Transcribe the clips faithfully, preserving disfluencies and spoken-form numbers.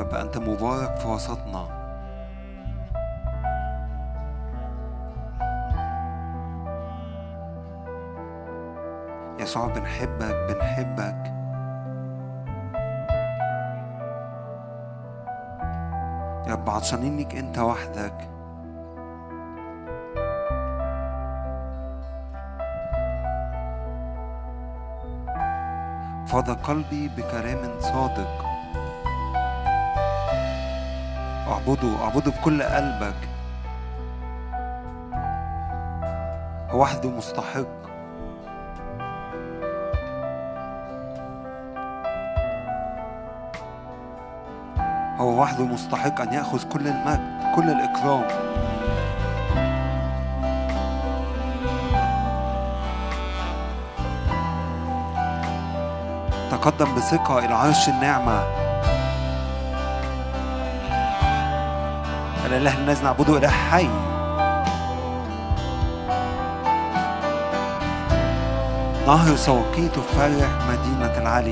رب أنت مبارك في وسطنا. يسوع بنحبك بنحبك. يا رب عطشانين ليك أنت وحدك. فاض قلبي بكلام صادق. اعبده اعبده بكل قلبك. هو وحده مستحق. هو وحده مستحق أن يأخذ كل المجد كل الإكرام. تقدم بثقة إلى عرش النعمة. الإله الذي نعبده إله حي. نهر سواقيه تفرح مدينة العلي.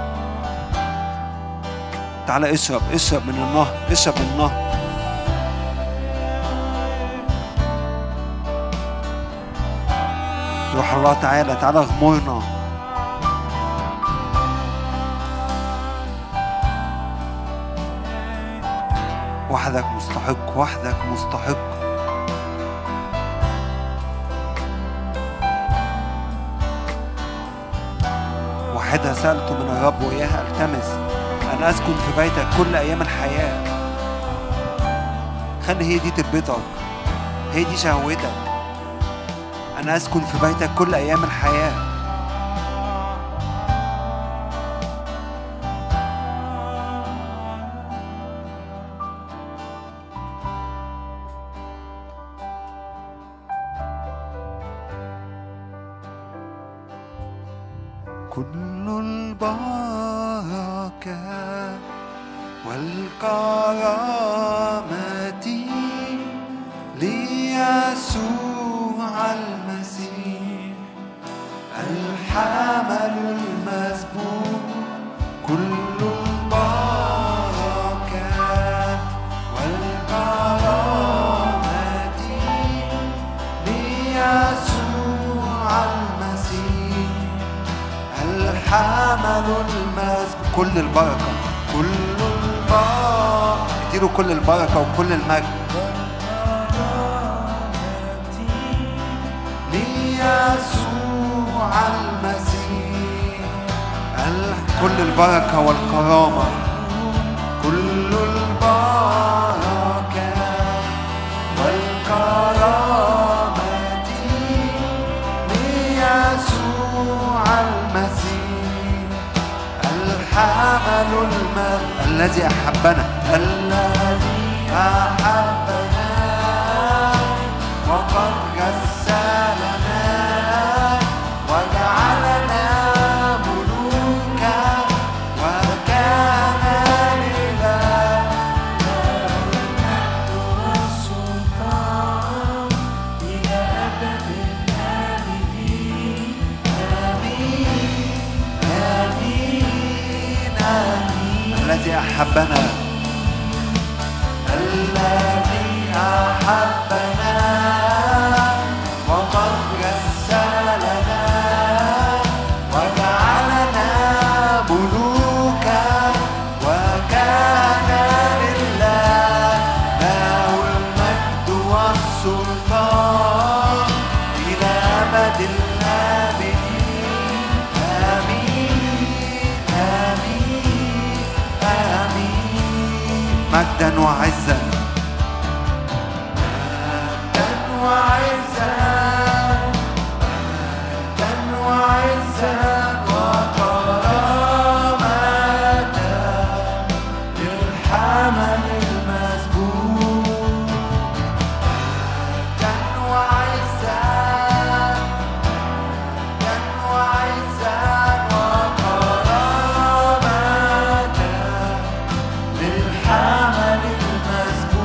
تعال اشرب اشرب من النهر اشرب من النهر. روح الله تعالى تعالى اغمرنا. وحدك مستحق وحدك مستحق. واحدة سألت من الرب وإياها التمس أن أسكن في بيتك كل أيام الحياة. خلي هي دي تربطك، هي دي شهوتك، أن أسكن في بيتك كل أيام الحياة. كل البركة والكرامة ليسوع المسيح الحمل المسبوح. كل البركة والكرامة ليسوع المسيح الحمل المسبوح. كل البركة كل البركة اديله كل البركة وكل المجد ليسوع المسيح. كل البركة والكرامة كل البركة والكرامة ليسوع المسيح الحمل المجد الذي أحبنا الذي أحبنا وقد غسلنا وجعلنا ملوكا وكان لله المجد والسلطان إلى أبد الآبدين. آمين آمين آمين. الذي أحبنا الذي أحبنا وقد غسلنا وجعلنا ملوكا وكان لله له المجد والسلطان إلى أبد الآبدين. آمين آمين آمين. مجدا وعزا وعزا مجدا وعزا وكرامة للحمل المسبوح. مجدا وعزا مجدا وعزا وكرامة للحمل المسبوح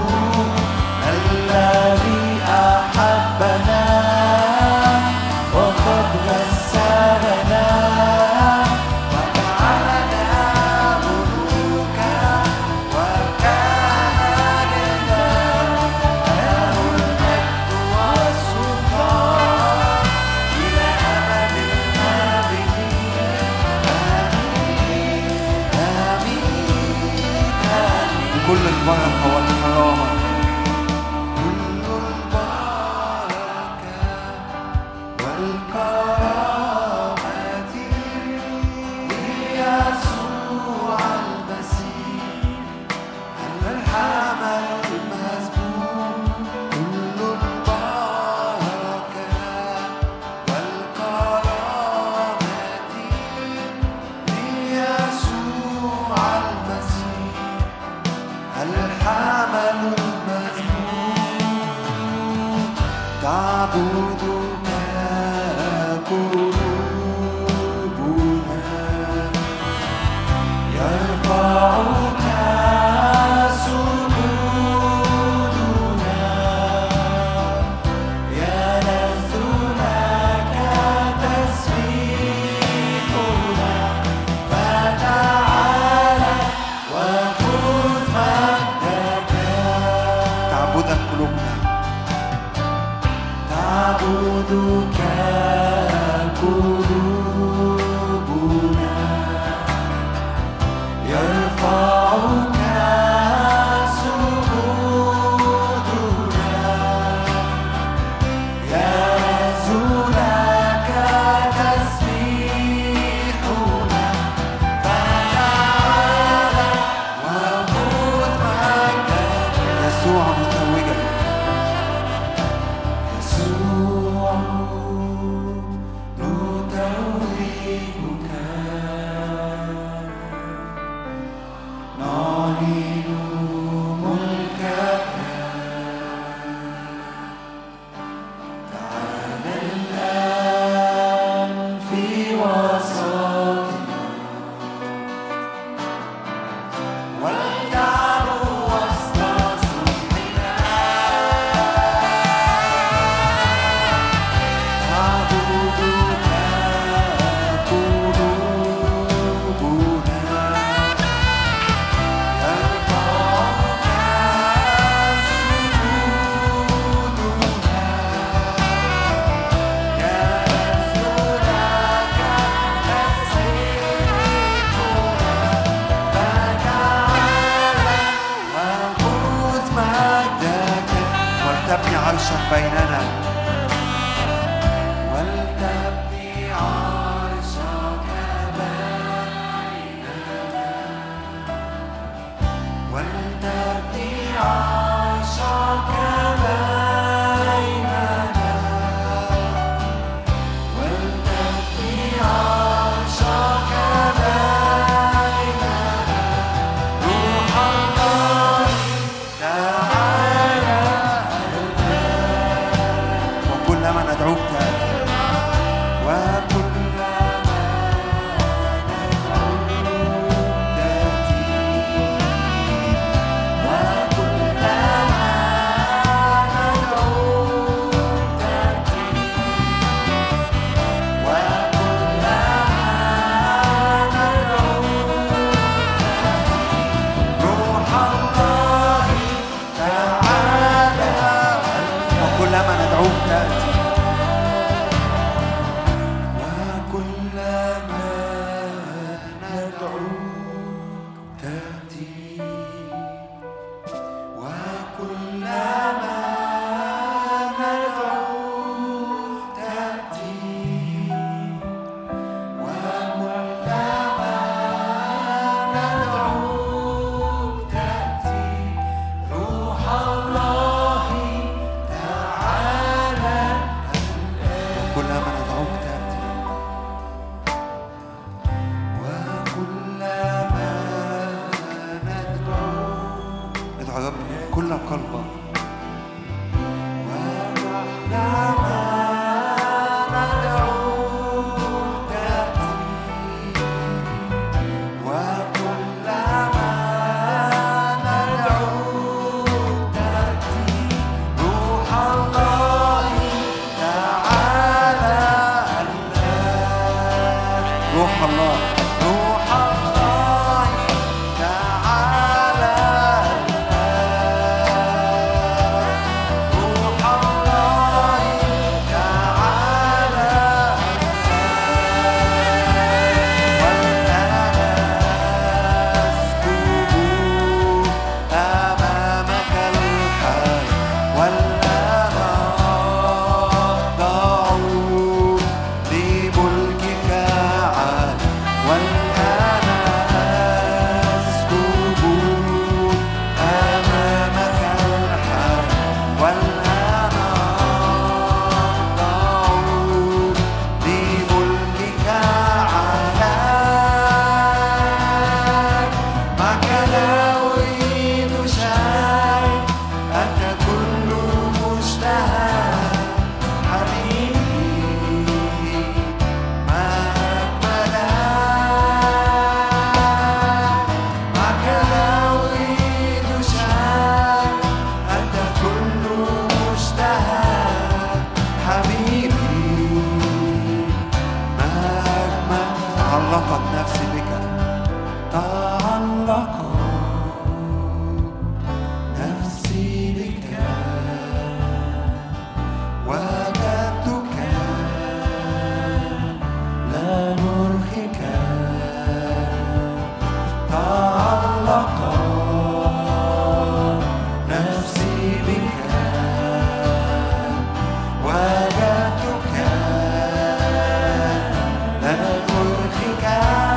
وجدتك لن أرخك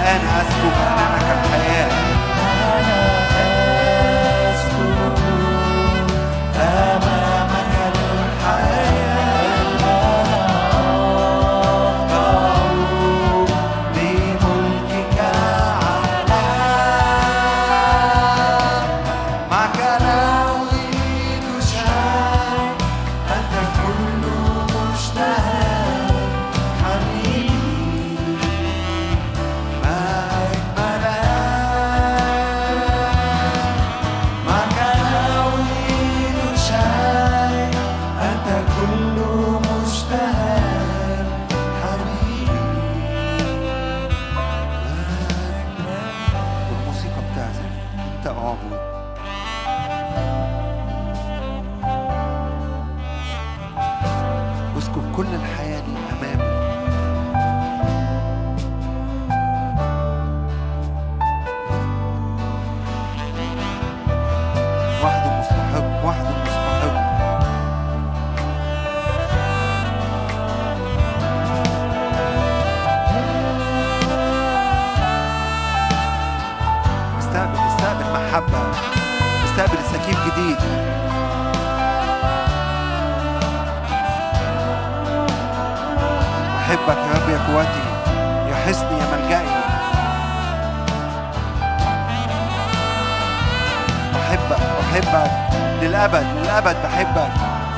الآن أسكب أمامك الحياة. أمامك الحياة أخضع لملكك على معك لا أريد شيء أنت كل مشتهى حبيبي ما أجملك معك لا أريد شيء أنت كل مشتهى حبيبي والموسيقى بتعزف أنت أعبد واسكب كل الحياة دي أمامه. وحده مستحق وحده مستحق. استقبل استقبل محبة، استقبل سكيب جديد. أحبك يا رب يا قوتي، يا حصني يا ملجئي. أحبك أحبك للأبد للأبد بحبك.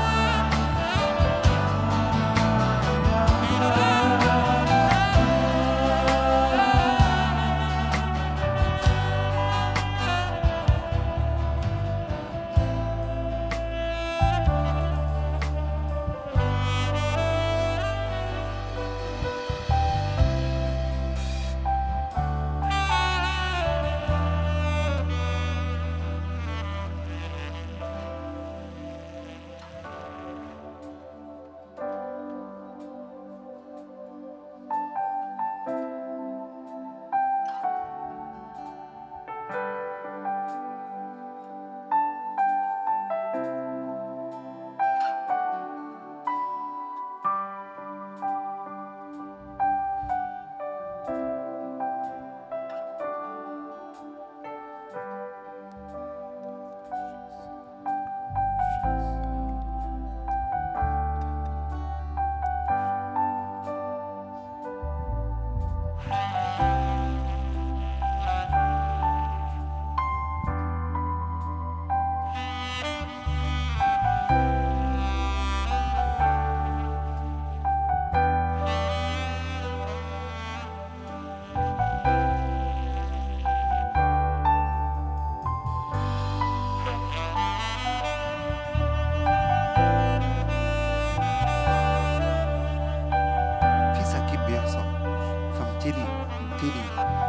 في سكيب بيحصل فامتلي امتلي.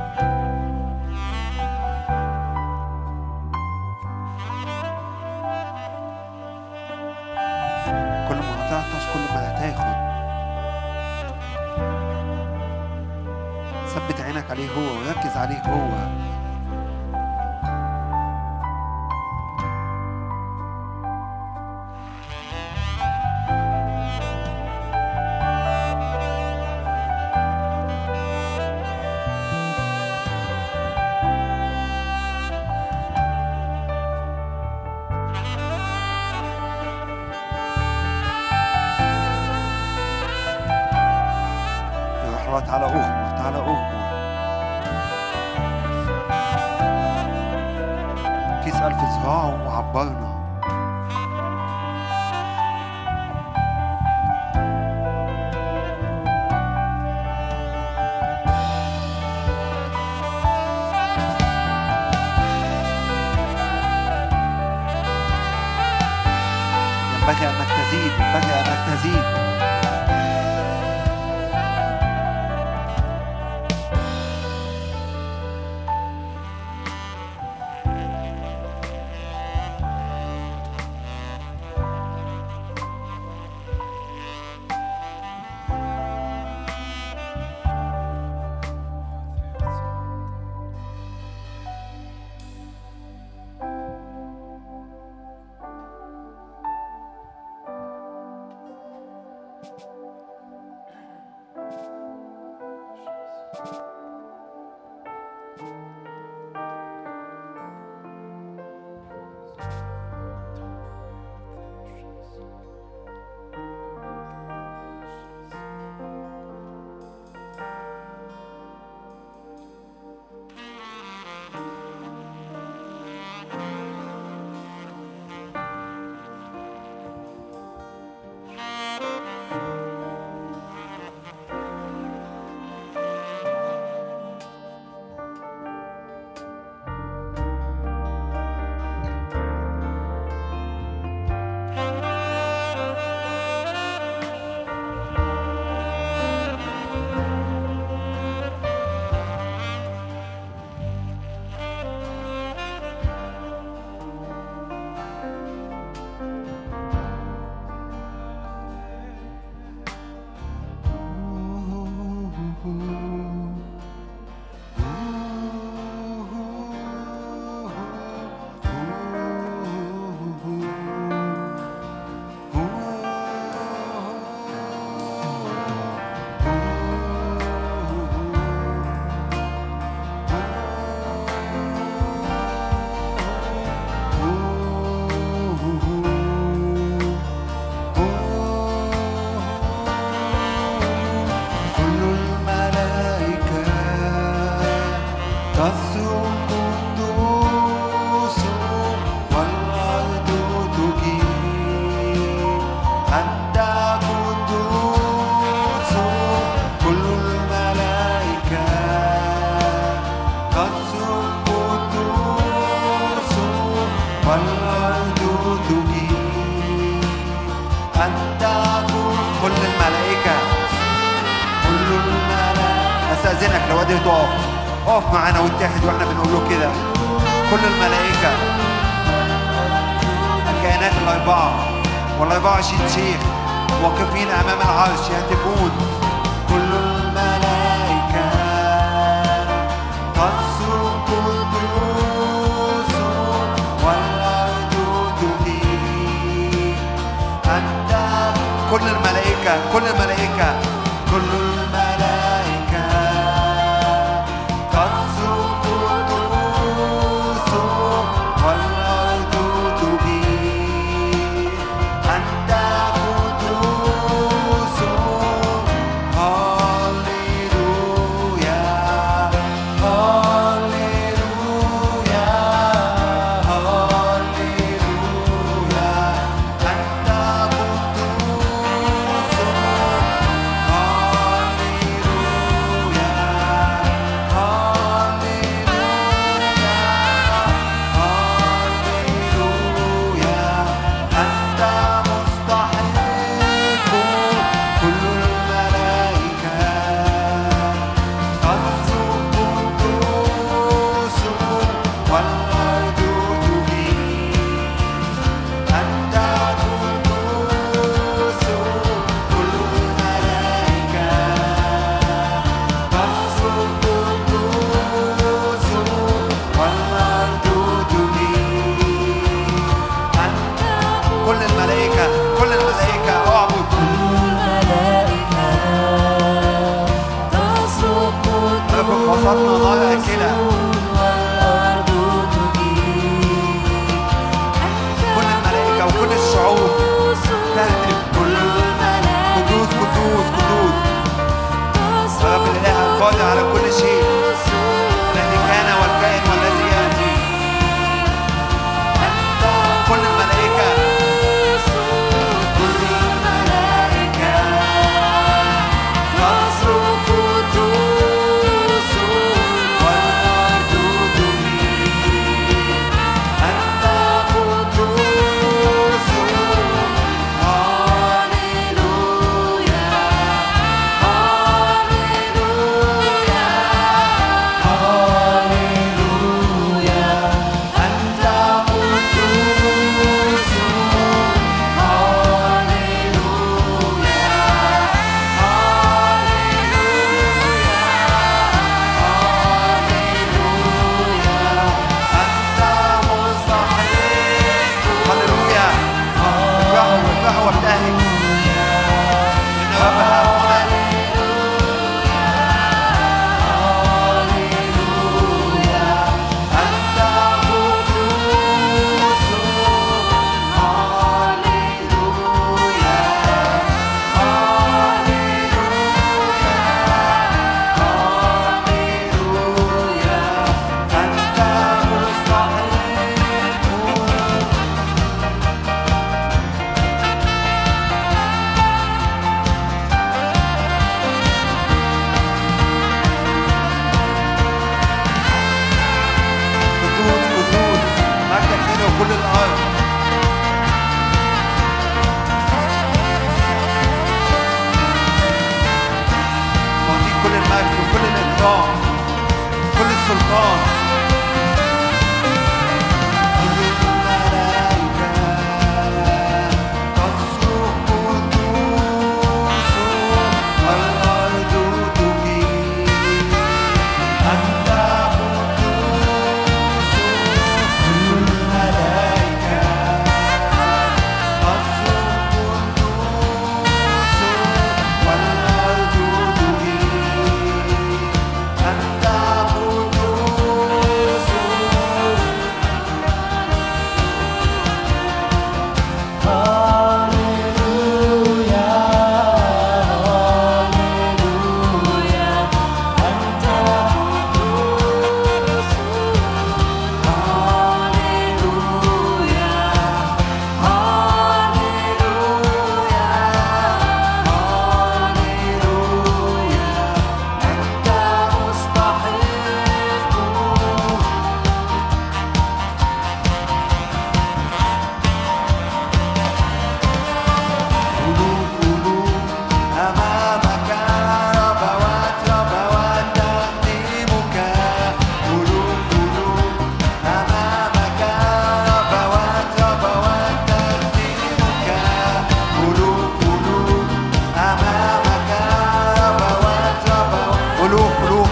كل ما هتعطش كل ما هتاخد. ثبت عينك عليه هو وركز عليه هو. تعالى أغمر تعالى أغمر. كيس ألف ذراع وعبرنا. ينبغي أنك تزيد ينبغي أنك تزيد. استاذنك لو قدرت تقف اقف معانا واتحد واحنا بنقول له كده. كل الملائكه الكائنات الاربعه والاربعه وعشرين شيخ واقفين امام العرش يهتفون. كل الملائكه تصرخ قدوس والارض تجيب انت. كل الملائكه كل الملائكه كل الملائكة تصرخ قدوس والأرض تجيب أنت قدوس. هاليلويا هاليلويا هاليلويا أنت قدوس. وسطنا نار أكلة. كل الملائكة وكل الشعوب تهتف كل قدوس قدوس قدوس رب الإله القادر على كل شيء الذي كان والكائن والذي يأتي. كل الملائكة كل الملائكة تصرخ قدوس والأرض تجيب أنت قدوس. هاليلويا هاليلويا هاليلويا أنت قدوس. هاليلويا هاليلويا هاليلويا أنت مستحق. هللويا. افرحوا افرحوا وابتهجوا إن الرب ها هنا. هاليلويا أنت قدوس. هاليلويا هاليلويا أنت مستحق. قدوس قدوس مجدك لنا وكل الأرض. معطيك كل المجد وكل الإكرام كل السلطان. كل الملائكة تصرخ قدوس والأرض تجيب أنت قدوس. كل الملائكة تصرخ قدوس والأرض تجيب أنت قدوس.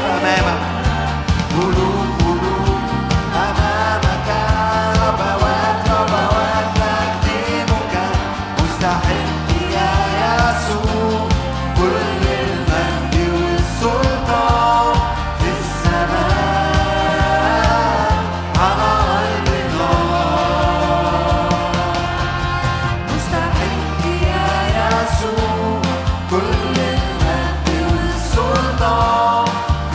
أمامك، قلوب قلوب أمامك، ربوات ربوات تخدمك، مستحق يا يسوع كل المجد والسلطان في السماء على أرضنا، مستحق يا يسوع كل المجد والسلطان في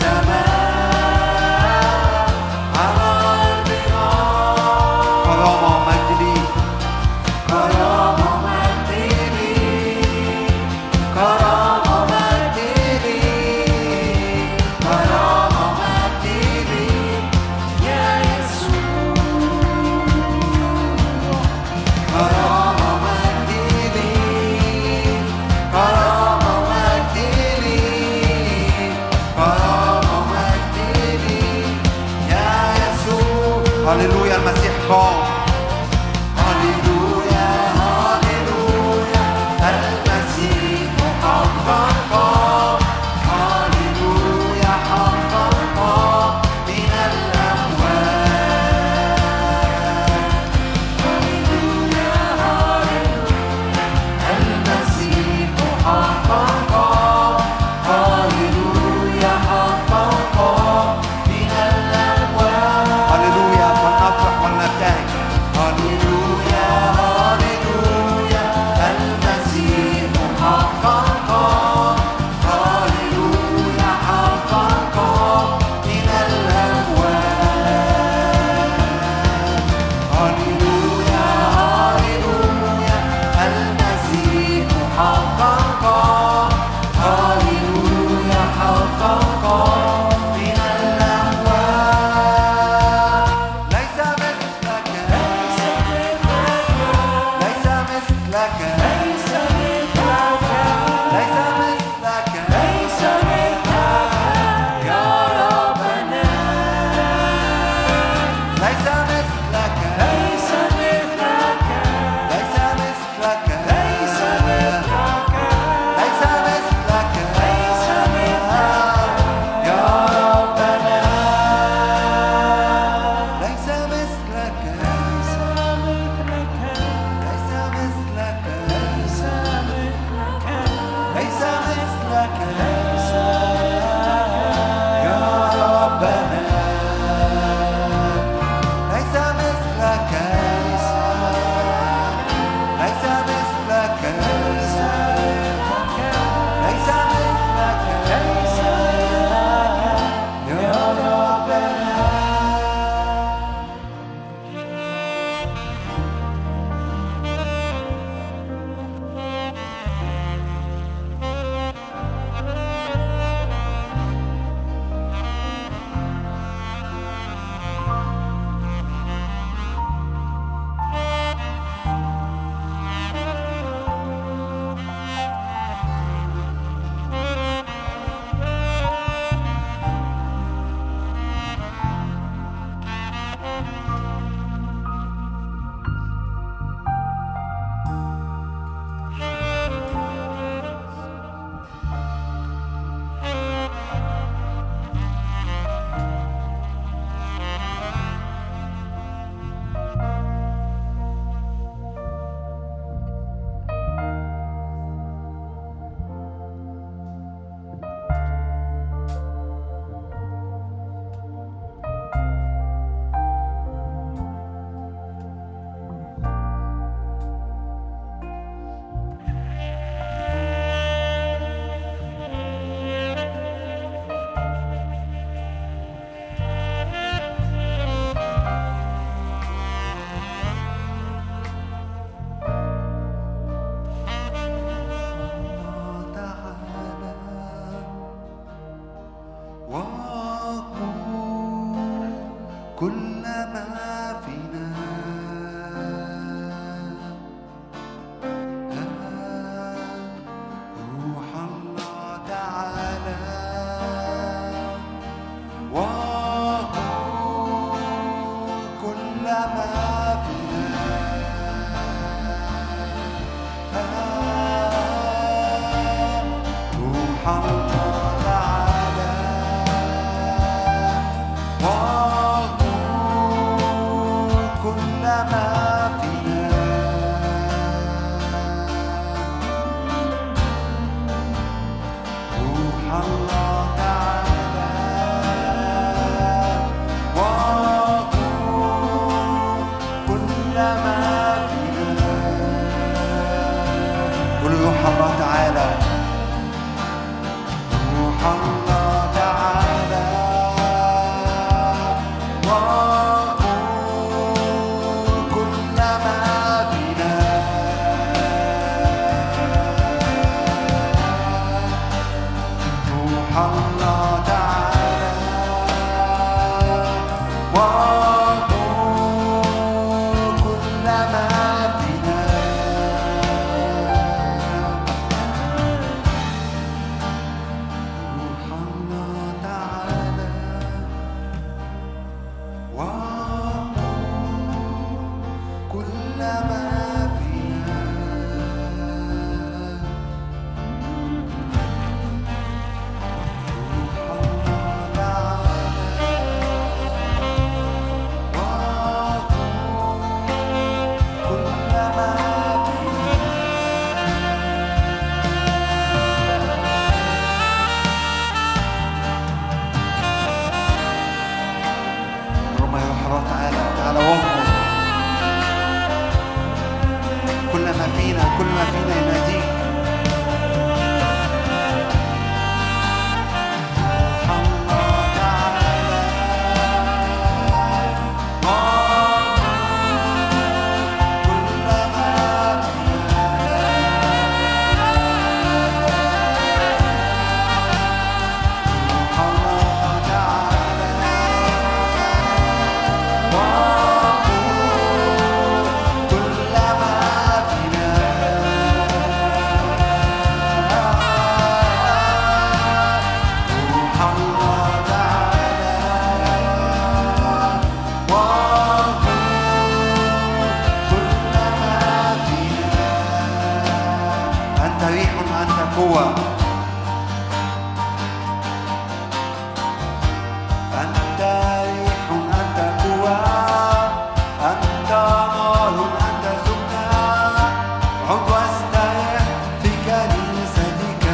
السماء على أرضنا. كرامة ومجد ليك، كرامة ومجد ليك، كرامة ومجد ليك، كرامة ومجد ليك يا يسوع، كرامة ومجد ليك، كرامة ومجد ليك، كرامة ومجد ليك يا يسوع. هللويا، المسيح قام، هللويا هللويا، المسيح حقا قام، هللويا حقا قام من الأموات، هللويا هللويا، المسيح حقا قام، هللويا حقا قام من الأموات. هللويا، فلنفرح ولنبتهج، هللويا هللويا، المسيح حقا قام، هللويا حقا قام من الأموات، هللويا هللويا، المسيح حقا قام، هللويا حقا قام من الأموات. ليس مثلك، ليس مثلك، ليس مثلك، ليس مثلك، ليس مثلك يا ربنا، ليس مثلك، ليس مثلك، ليس مثلك، ليس مثلك، ليس مثلك، ليس مثلك يا ربنا، ليس مثلك، ليس مثلك، ليس مثلك، ليس مثلك، ليس مثلك يا ربنا، ليس مثلك، ليس مثلك، ليس مثلك يا ربنا. كل ما فينا روح الله تعالى وقول كل ما فينا روح الله تعالى قوة. أنت ريح، أنت قوة، أنت نار، أنت سكنى. عد واستريح في كنيستك.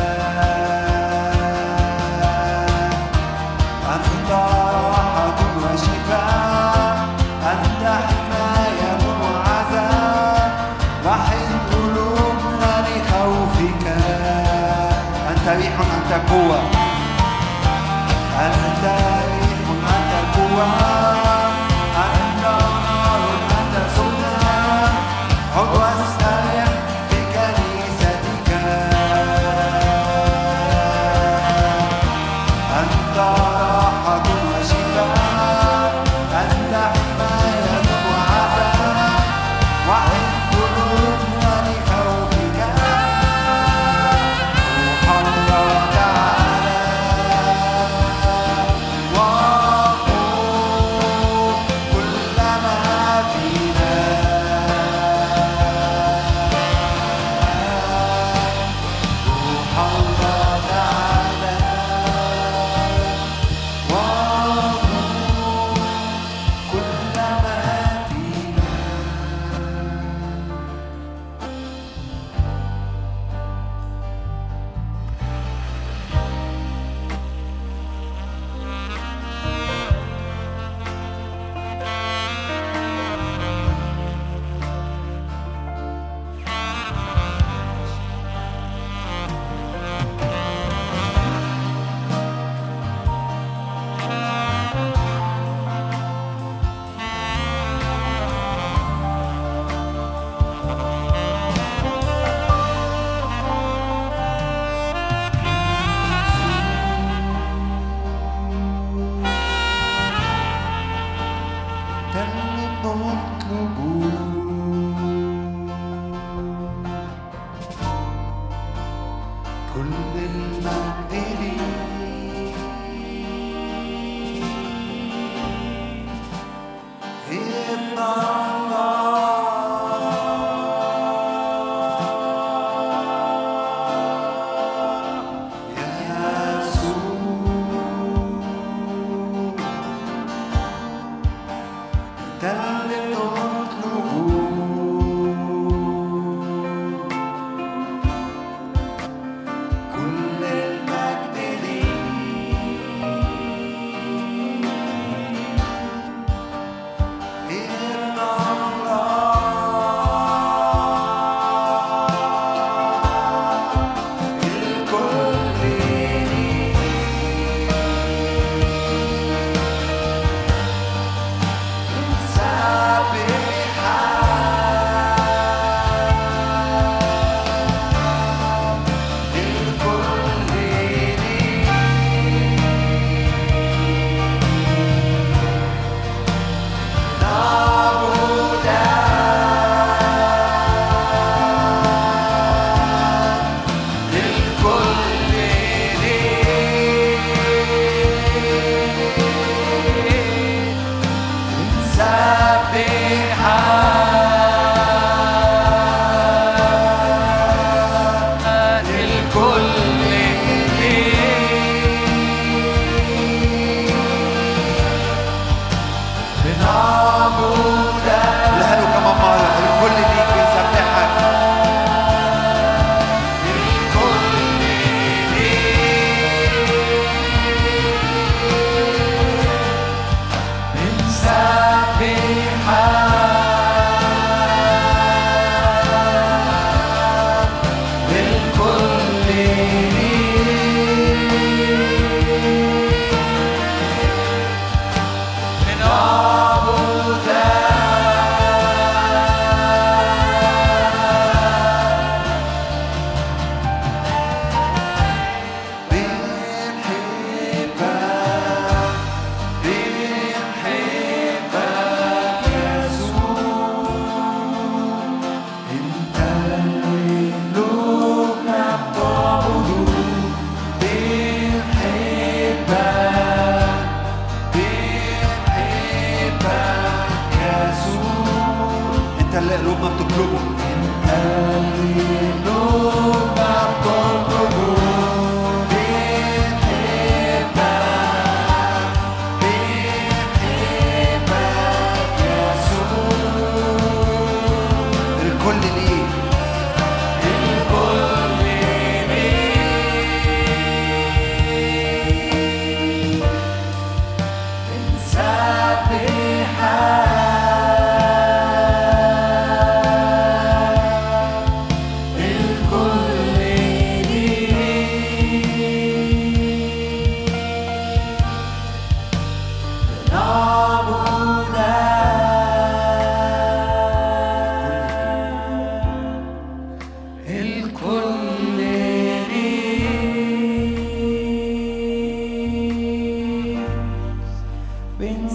أنت راحة وشفاء، أنت حماية وعزاء. وحد قلوبنا لخوفك. أنت ريح، أنت قوة، أنت ريح، أنت قوة، أنت نار، أنت سكنى. عد واستريح في كنيستك. أنت راحة وشفاء، أنت حماية وعزاء. وحد قلوبنا لخوفك. روح الله تعالى،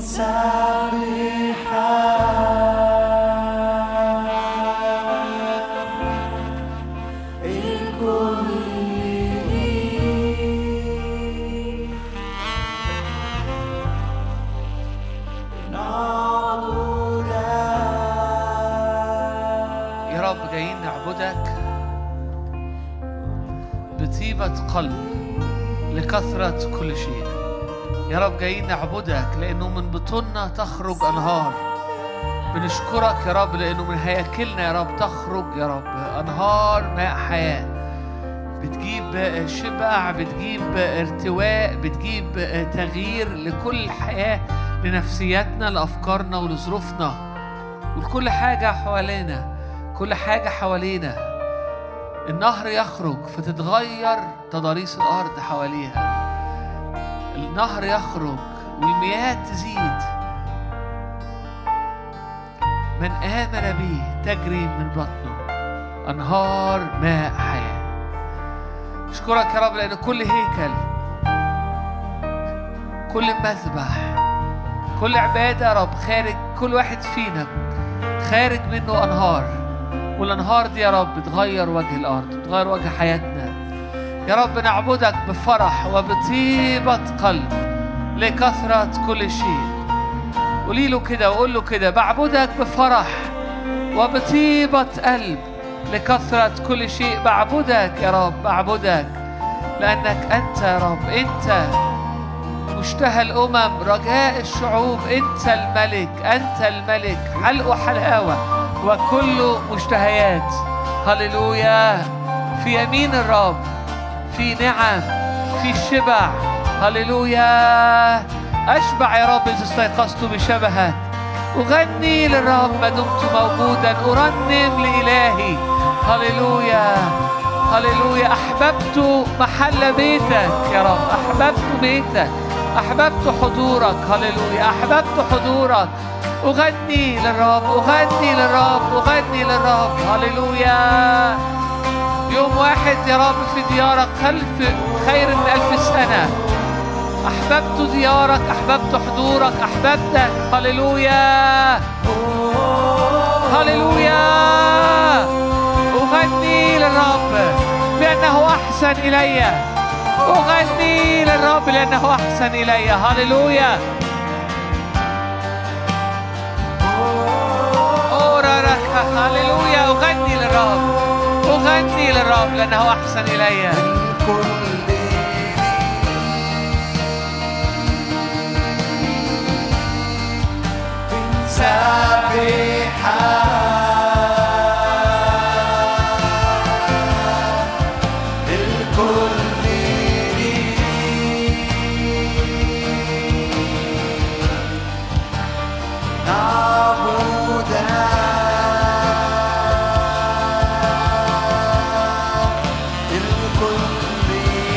لكثرة كل شيء. يا رب جايين نعبدك لأنه من بطوننا تخرج أنهار. بنشكرك يا رب لأنه من هياكلنا يا رب تخرج يا رب أنهار ماء حياة، بتجيب شبع، بتجيب ارتواء، بتجيب تغيير لكل حياة، لنفسياتنا، لأفكارنا ولظروفنا ولكل حاجة حوالينا. كل حاجة حوالينا النهر يخرج فتتغير تضاريس الأرض حواليها. النهر يخرج والمياه تزيد. من آمن به تجري من بطنه أنهار ماء حياة. أشكرك يا رب لأن كل هيكل، كل مذبح، كل عبادة يا رب خارج كل واحد فينا خارج منه أنهار، والأنهار دي يا رب تغير وجه الأرض، تغير وجه حياتنا. يا رب نعبدك بفرح وبطيبة قلب لكثرة كل شيء. قولي له كده وقول له كده، بعبدك بفرح وبطيبة قلب لكثرة كل شيء. بعبدك يا رب، بعبدك لأنك أنت يا رب، أنت مشتهى الأمم، رجاء الشعوب، أنت الملك، أنت الملك، حلق وحلاوة وكل مشتهيات. هللويا. في يمين الرب في نعم، في شبع. هللويا. أشبع يا رب إذا استيقظت بشبهك. أغني للرب ما دمت موجودا، أرنم لإلهي. هللويا هللويا. أحببت محل بيتك يا رب، أحببت بيتك، أحببت حضورك. هللويا. أحببت حضورك. أغني للرب، أغني للرب، أغني للرب. هللويا. يوم واحد يا رب في ديارك خلف خير من ألف سنة. أحببت ديارك، أحببت حضورك، أحببتك. هللويا هللويا. أغني للرب بأنه أحسن إلي، أغني للرب لأنه أحسن إلي. هللويا. هللويا. أغني للرب، أغني للرب لأنه أحسن إلي. سابحا للكل نعبدك الكل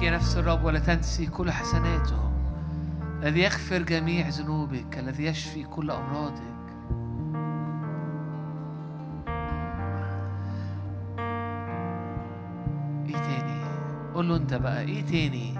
بارك يا نفس الرب ولا تنسي كل حسناته، الذي يغفر جميع ذنوبك، الذي يشفي كل أمراضك. إيه تاني؟ قول له أنت بقى إيه تاني؟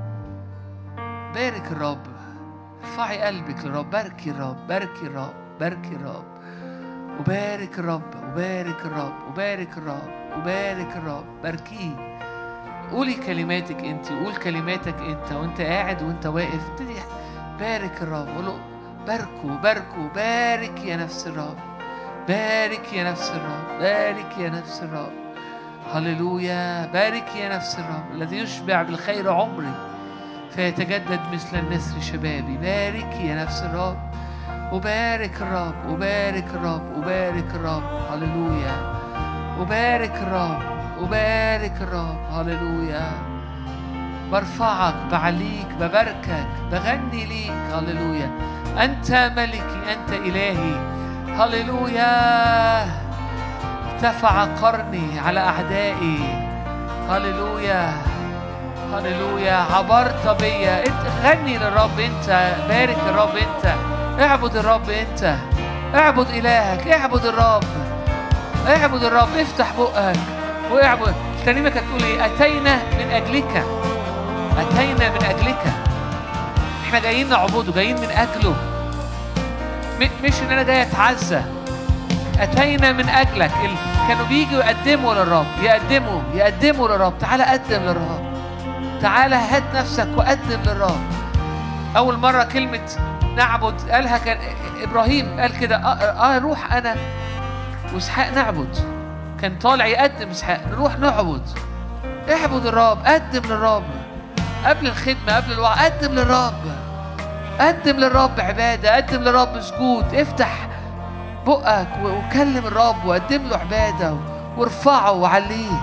بارك الرب، ارفعي قلبك للرب، باركي الرب، باركي الرب، باركي الرب، وبارك الرب، وبارك الرب، وبارك الرب، وبارك الرب، باركيه. قولي كلماتك انت، قول كلماتك انت وانت قاعد وانت واقف، ابتدي بارك الرب، قول له باركوا باركوا، بارك يا نفس الرب، بارك يا نفس الرب، بارك يا نفس الرب. هللويا. بارك يا نفس الرب الذي يشبع بالخير عمري فيتجدد مثل النسر شبابي. بارك يا نفس الرب، وبارك الرب، وبارك الرب، وبارك الرب. هللويا. وبارك الرب، وبارك الرب. هللويا. برفعك، بعليك، بباركك، بغني ليك. هللويا. أنت ملكي، أنت إلهي. هللويا. ارتفع قرني على أعدائي. هللويا. هللويا. عبرت بيا. غني للرب أنت، بارك الرب أنت، اعبد الرب أنت، اعبد إلهك، اعبد الرب، اعبد الرب. افتح بقك واعبد. الترنيمة كانت تقول ايه؟ أتينا من أجلك، أتينا من أجلك. احنا جايين نعبده، جايين من أجله، مش إن أنا جاي أتعزى. أتينا من أجلك. كانوا بيجوا يقدموا للرب، يقدموا يقدموا للرب. تعالى قدم للرب، تعالى هات نفسك وقدم للرب. أول مرة كلمة نعبد قالها كان إبراهيم، قال كده آه, آه روح أنا وإسحاق نعبد. كان طالع يقدم إسحاق، نروح نعبد. اعبد الرب، قدم للرب قبل الخدمة، قبل الوعظ. قدم للرب، قدم للرب عبادة، قدم للرب سجود. افتح بقك وكلم الرب وقدم له عبادة وارفعه وعليه.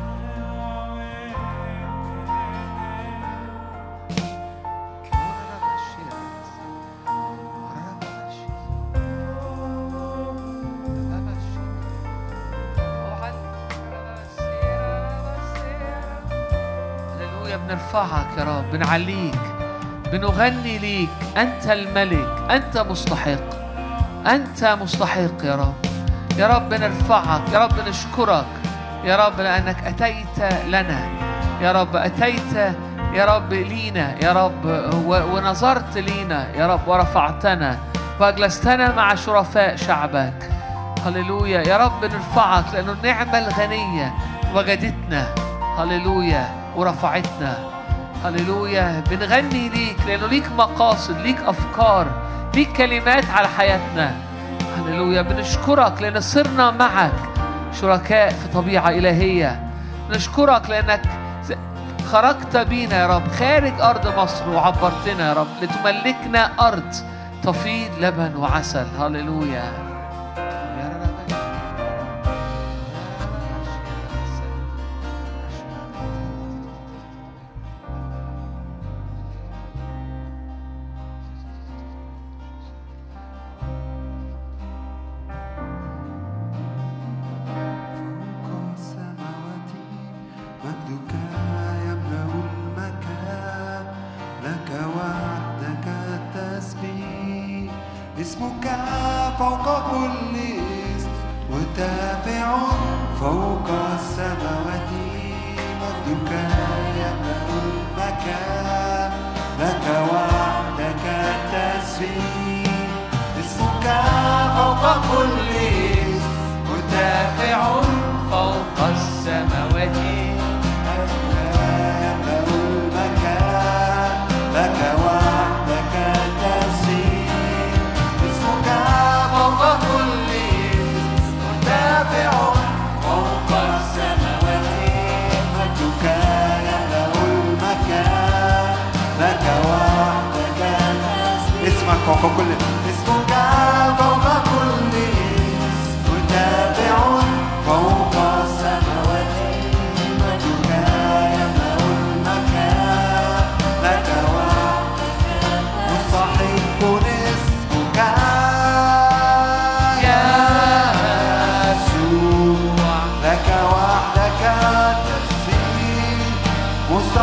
بنرفعك يا رب، بنعليك، بنغني ليك. أنت الملك، أنت مستحق، أنت مستحق يا رب. يا رب بنرفعك، يا رب نشكرك يا رب لأنك أتيت لنا يا رب، أتيت يا رب لينا يا رب، ونظرت لينا يا رب، ورفعتنا وأجلستنا مع شرفاء شعبك. هللويا. يا رب نرفعك لأنه النعمة الغنية وجدتنا. هللويا. ورفعتنا. هللويا. بنغني ليك لأنه ليك مقاصد، ليك أفكار، ليك كلمات على حياتنا. هللويا. بنشكرك لأن صرنا معك شركاء في طبيعة إلهية. نشكرك لأنك خرجت بينا يا رب خارج أرض مصر وعبرتنا يا رب لتملكنا أرض تفيض لبن وعسل. هللويا. اسمك فوق كل اسم وتابع فوق السماوات، مجدك يملأ المكان، لك وحدك التسبيح. اسمك فوق كل اسم وتابع فوق السماوات، مجدك يملأ المكان، لك وحدك التسبيح. فوق كل اسم مرتفع فوق السماوات، مجدك يملأ المكان، لك وحدك التسبيح. اسمك فوق كل اسمك فوق كل اسم مرتفع فوق السماوات، مجدك يملأ المكان، لك وحدك مستحق اسمك لك وحدك التسبيح، مستحق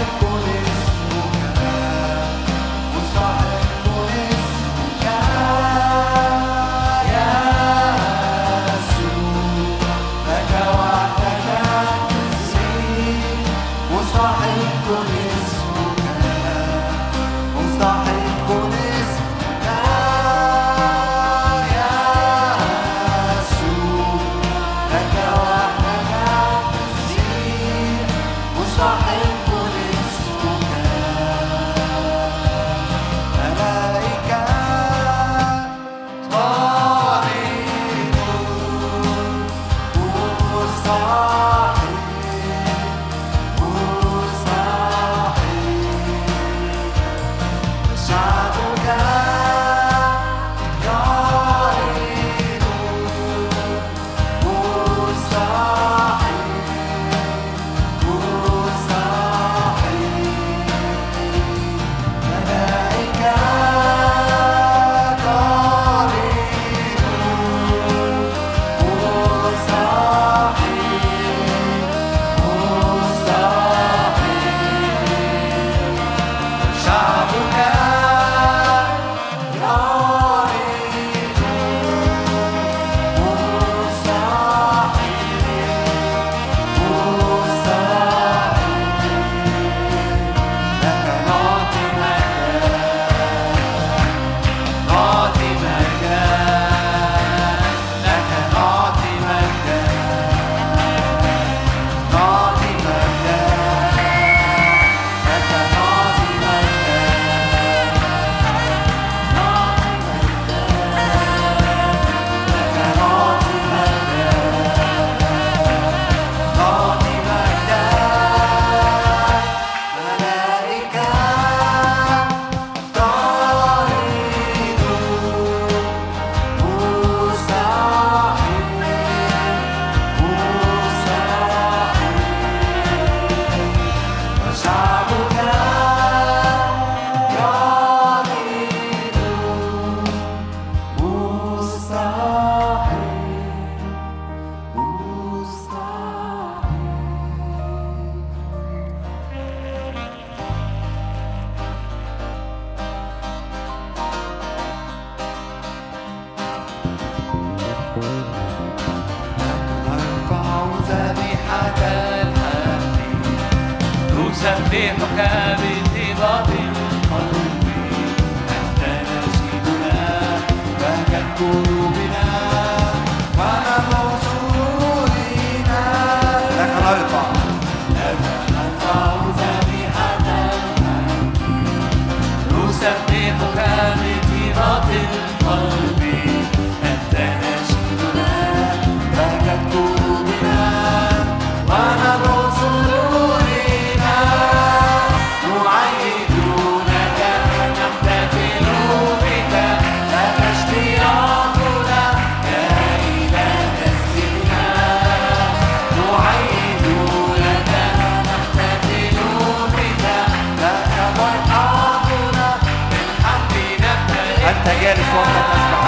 جالس وسط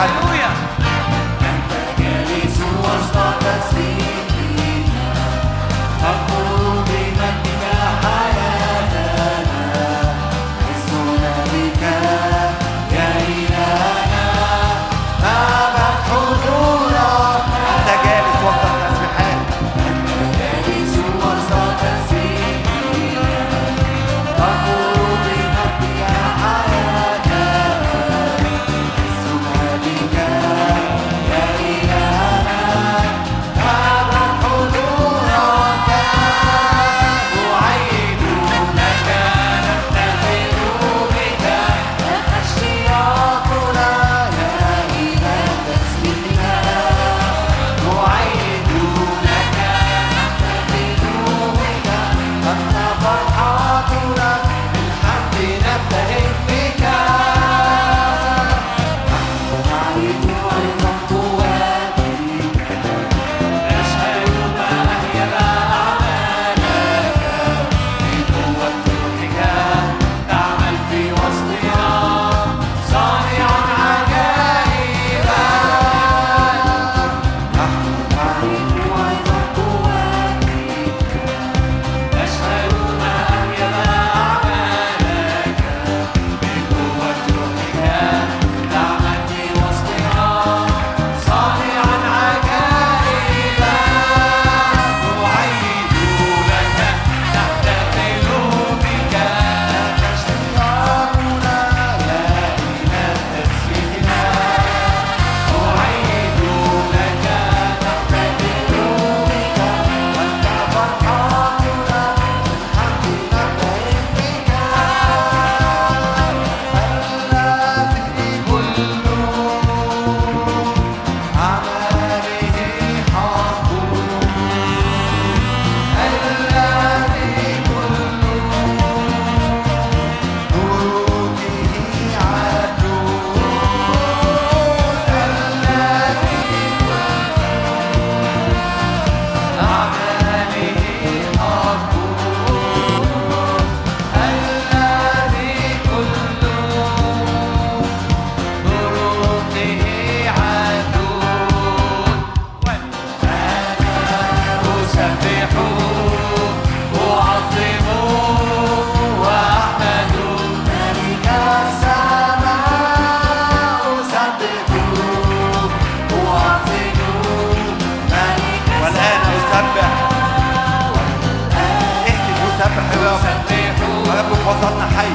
حي.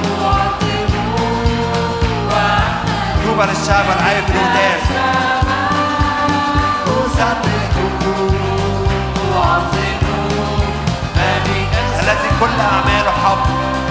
طوبى للشعب العارف الهتاف. الذي كل أعماله حق.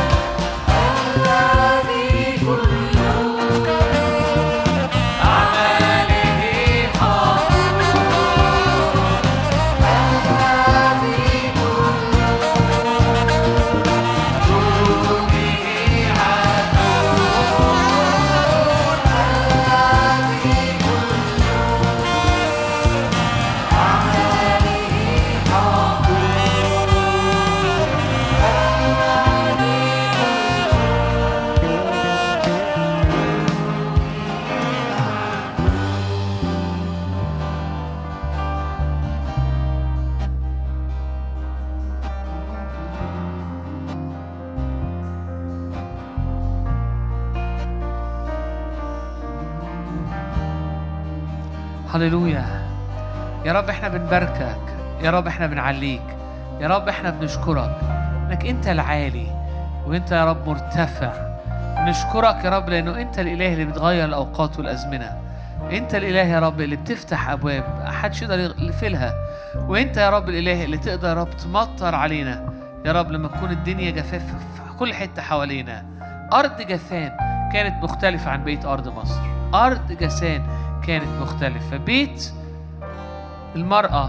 هللويا. يا رب احنا بنباركك، يا رب احنا بنعليك، يا رب احنا بنشكرك انك انت العالي وانت يا رب مرتفع. نشكرك يا رب لانه انت الاله اللي بتغير الاوقات والازمنه. انت الاله يا رب اللي بتفتح ابواب محدش يقدر يقفلها، وانت يا رب الاله اللي تقدر يا رب تمطر علينا يا رب لما تكون الدنيا جفاف في كل حته حوالينا. ارض جفان كانت مختلفه عن بيت ارض مصر. ارض جسان كانت مختلفة. بيت المرأة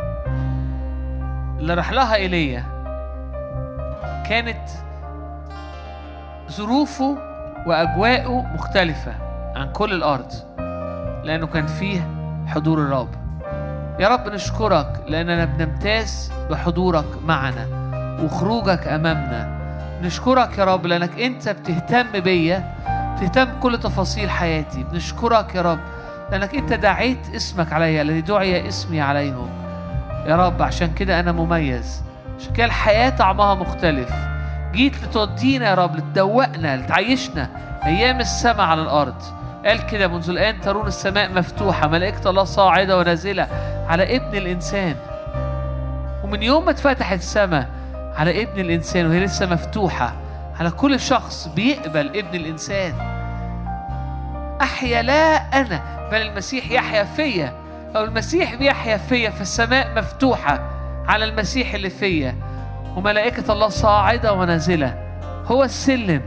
اللي راح لها إيليا كانت ظروفه وأجواءه مختلفة عن كل الأرض لأنه كان فيه حضور الرب. يا رب نشكرك لأننا بنمتاز بحضورك معنا وخروجك أمامنا. نشكرك يا رب لأنك أنت بتهتم بيا، بتهتم بكل تفاصيل حياتي. بنشكرك يا رب لأنك أنت دعيت اسمك عليا الذي دعي اسمي عليهم يا رب. عشان كده أنا مميز، عشان كده الحياة طعمها مختلف. جيت لتودينا يا رب، لتدوقنا، لتعيشنا أيام السماء على الأرض. قال كده منذ الآن ترون السماء مفتوحة ملائكة الله صاعدة ونازلة على ابن الإنسان. ومن يوم ما اتفتحت السماء على ابن الإنسان وهي لسه مفتوحة على كل شخص بيقبل ابن الإنسان. أحيا لا أنا بل المسيح يحيا فيا. لو المسيح بيحيا فيا فالسماء مفتوحة على المسيح اللي فيا وملائكة الله صاعدة ونازلة. هو السلم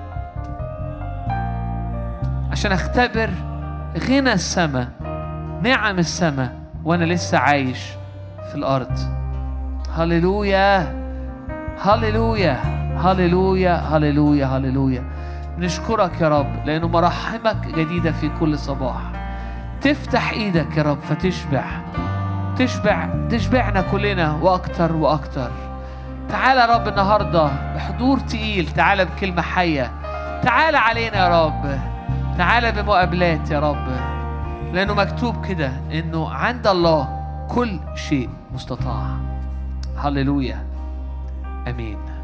عشان أختبر غنى السماء، نعم السماء وأنا لسه عايش في الأرض. هللويا هللويا هللويا هللويا هللويا. نشكرك يا رب لأنه مراحمك جديدة في كل صباح. تفتح إيدك يا رب فتشبع تشبع تشبعنا كلنا وأكتر وأكتر. تعال يا رب النهاردة بحضور تقيل، تعال بكلمة حية، تعال علينا يا رب، تعال بمقابلات يا رب، لأنه مكتوب كده إنه عند الله كل شيء مستطاع. هللويا. آمين.